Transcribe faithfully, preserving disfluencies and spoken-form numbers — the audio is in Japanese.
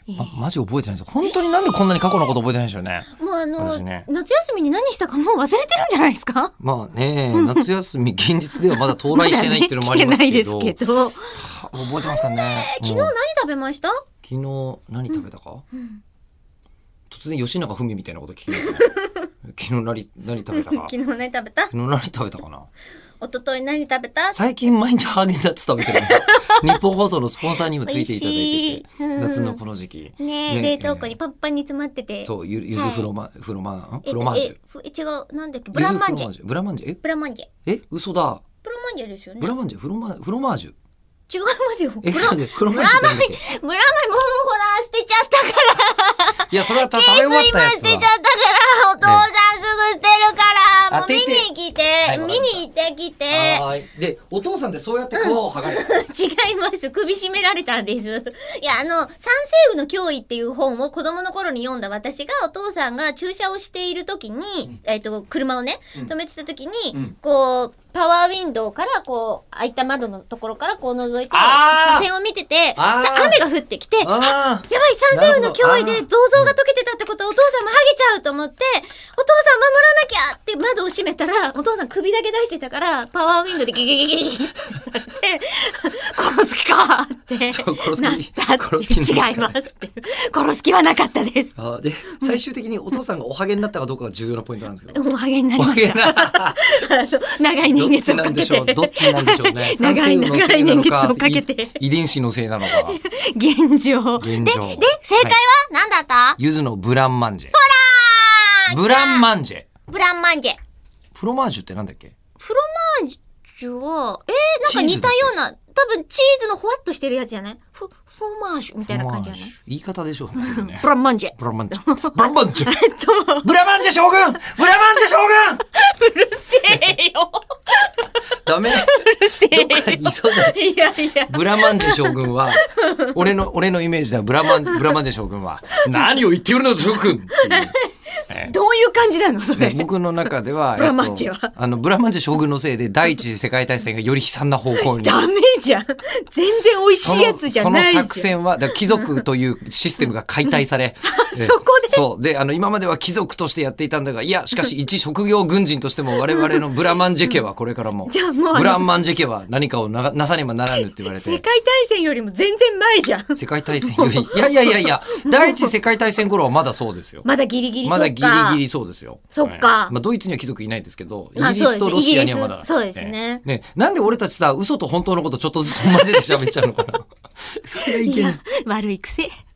ま、マジ覚えてないです。本当になんでこんなに過去のこと覚えてないんでしょうね。 もうあの、 ね、 夏休みに何したかもう忘れてるんじゃないですか。 まあね、夏休み現実ではまだ到来してないっていうのもありますけど、 まだね、来てないですけど覚えてますかね。 えー、昨日何食べました？ 昨日何食べたか、うんうん、突然吉永文みたいなこと聞きますね昨日何何食べたか昨日何食べた昨日何食べたかな。 一昨日何食べた？ 最近毎日ハーゲンダッツ食べてるんです日本放送のスポンサーにもついていただいてて、うん、夏のこの時期ねえ、冷凍庫にパンパンに詰まってて、 そうゆゆずフロマ、はい、フロマフロマージュ、 え違うなんだっけ、ブランマンジェ、 ブラマンジェえブラマンジェえ嘘だ、 ブラマンジェですよね。 ブラマンジェフロマフロマージュ違いますよ。 え、 ブラマンジェ、 フロマージュって何だっけ？ ブラマンもうほら捨てちゃったから。 いやそれはた食べ終わったやつは。 今捨てちゃったからお父さんすぐ捨てるから、もう見に来て、はい、見に行ってきて。 はいでお父さんってそうやって皮を剥がれた、うん、 違います。首絞められたんです。いやあの三星雨の脅威っていう本を子供の頃に読んだ私が、お父さんが駐車をしている時に、うん、えっと車をね、うん、止めてた時に、うん、こうパワーウィンドウからこう開いた窓のところからこう覗いて車線を見てて、さ雨が降ってきて、あやばい三星雨の脅威で銅像が溶けてたってことはお父さんも剥げちゃうと思って、お父さん守らなきゃって窓を閉めたら、お父さん首だけ出してたからパワーウィンドウでギギギギギってされて殺す気かってなったって。違いますって殺す気はなかったです。 あで最終的にお父さんがおはげになったかどうかが重要なポイントなんですけど、 おはげになりました長い年月をかけて、 どっちなんでしょうね長い長い年月をかけて遺伝子のせいなのか現状で、で正解は何だった？ ゆずのブランマンジェ。 ほらブランマンジェブランマンジェ。 フロマージュってなんだっけ？ フロマージュはえー、なんか似たような、多分チーズのほわっとしてるやつじゃない？フフロマージュみたいな感じじゃない？ 言い方でしょうね。 ブランマンジェ。 ブランマンジェ。ブランマンジェ。ブラマンジェ将軍。ブラマンジェ将軍。 うるせえよ。 ダメ。 うるせえよ。 どっかにいそうだ。 いやいや。 ブラマンジェ将軍は俺の俺のイメージではブラマンブラマンジェ将軍は何を言っているの将軍。 どういう感じなのそれ、 ね、僕の中ではブラマンジェはあのブラマンジェ将軍のせいで第一次世界大戦がより悲惨な方向にダメじゃん、全然美味しいやつじゃないじゃん。 その作戦はだ貴族というシステムが解体されそこでそうであの今までは貴族としてやっていたんだが、いやしかし一職業軍人としても我々のブラマンジェ家はこれからもブラマンジェ家は何かを な, なさねばならぬって言われて、 世界大戦よりも全然前じゃん。 世界大戦よりいやいやいやいや第一次世界大戦頃はまだそうですよ。 まだギリギリ、 まだギリギリそうですよ。 そっか、 はい、まあ、ドイツには貴族いないですけど、イギリスとロシアにはまだ、 そうですね。 ね、なんで俺たちさ嘘と本当のことちょっとずつ混ぜて喋っちゃうのかなそれがいけない。 悪い癖。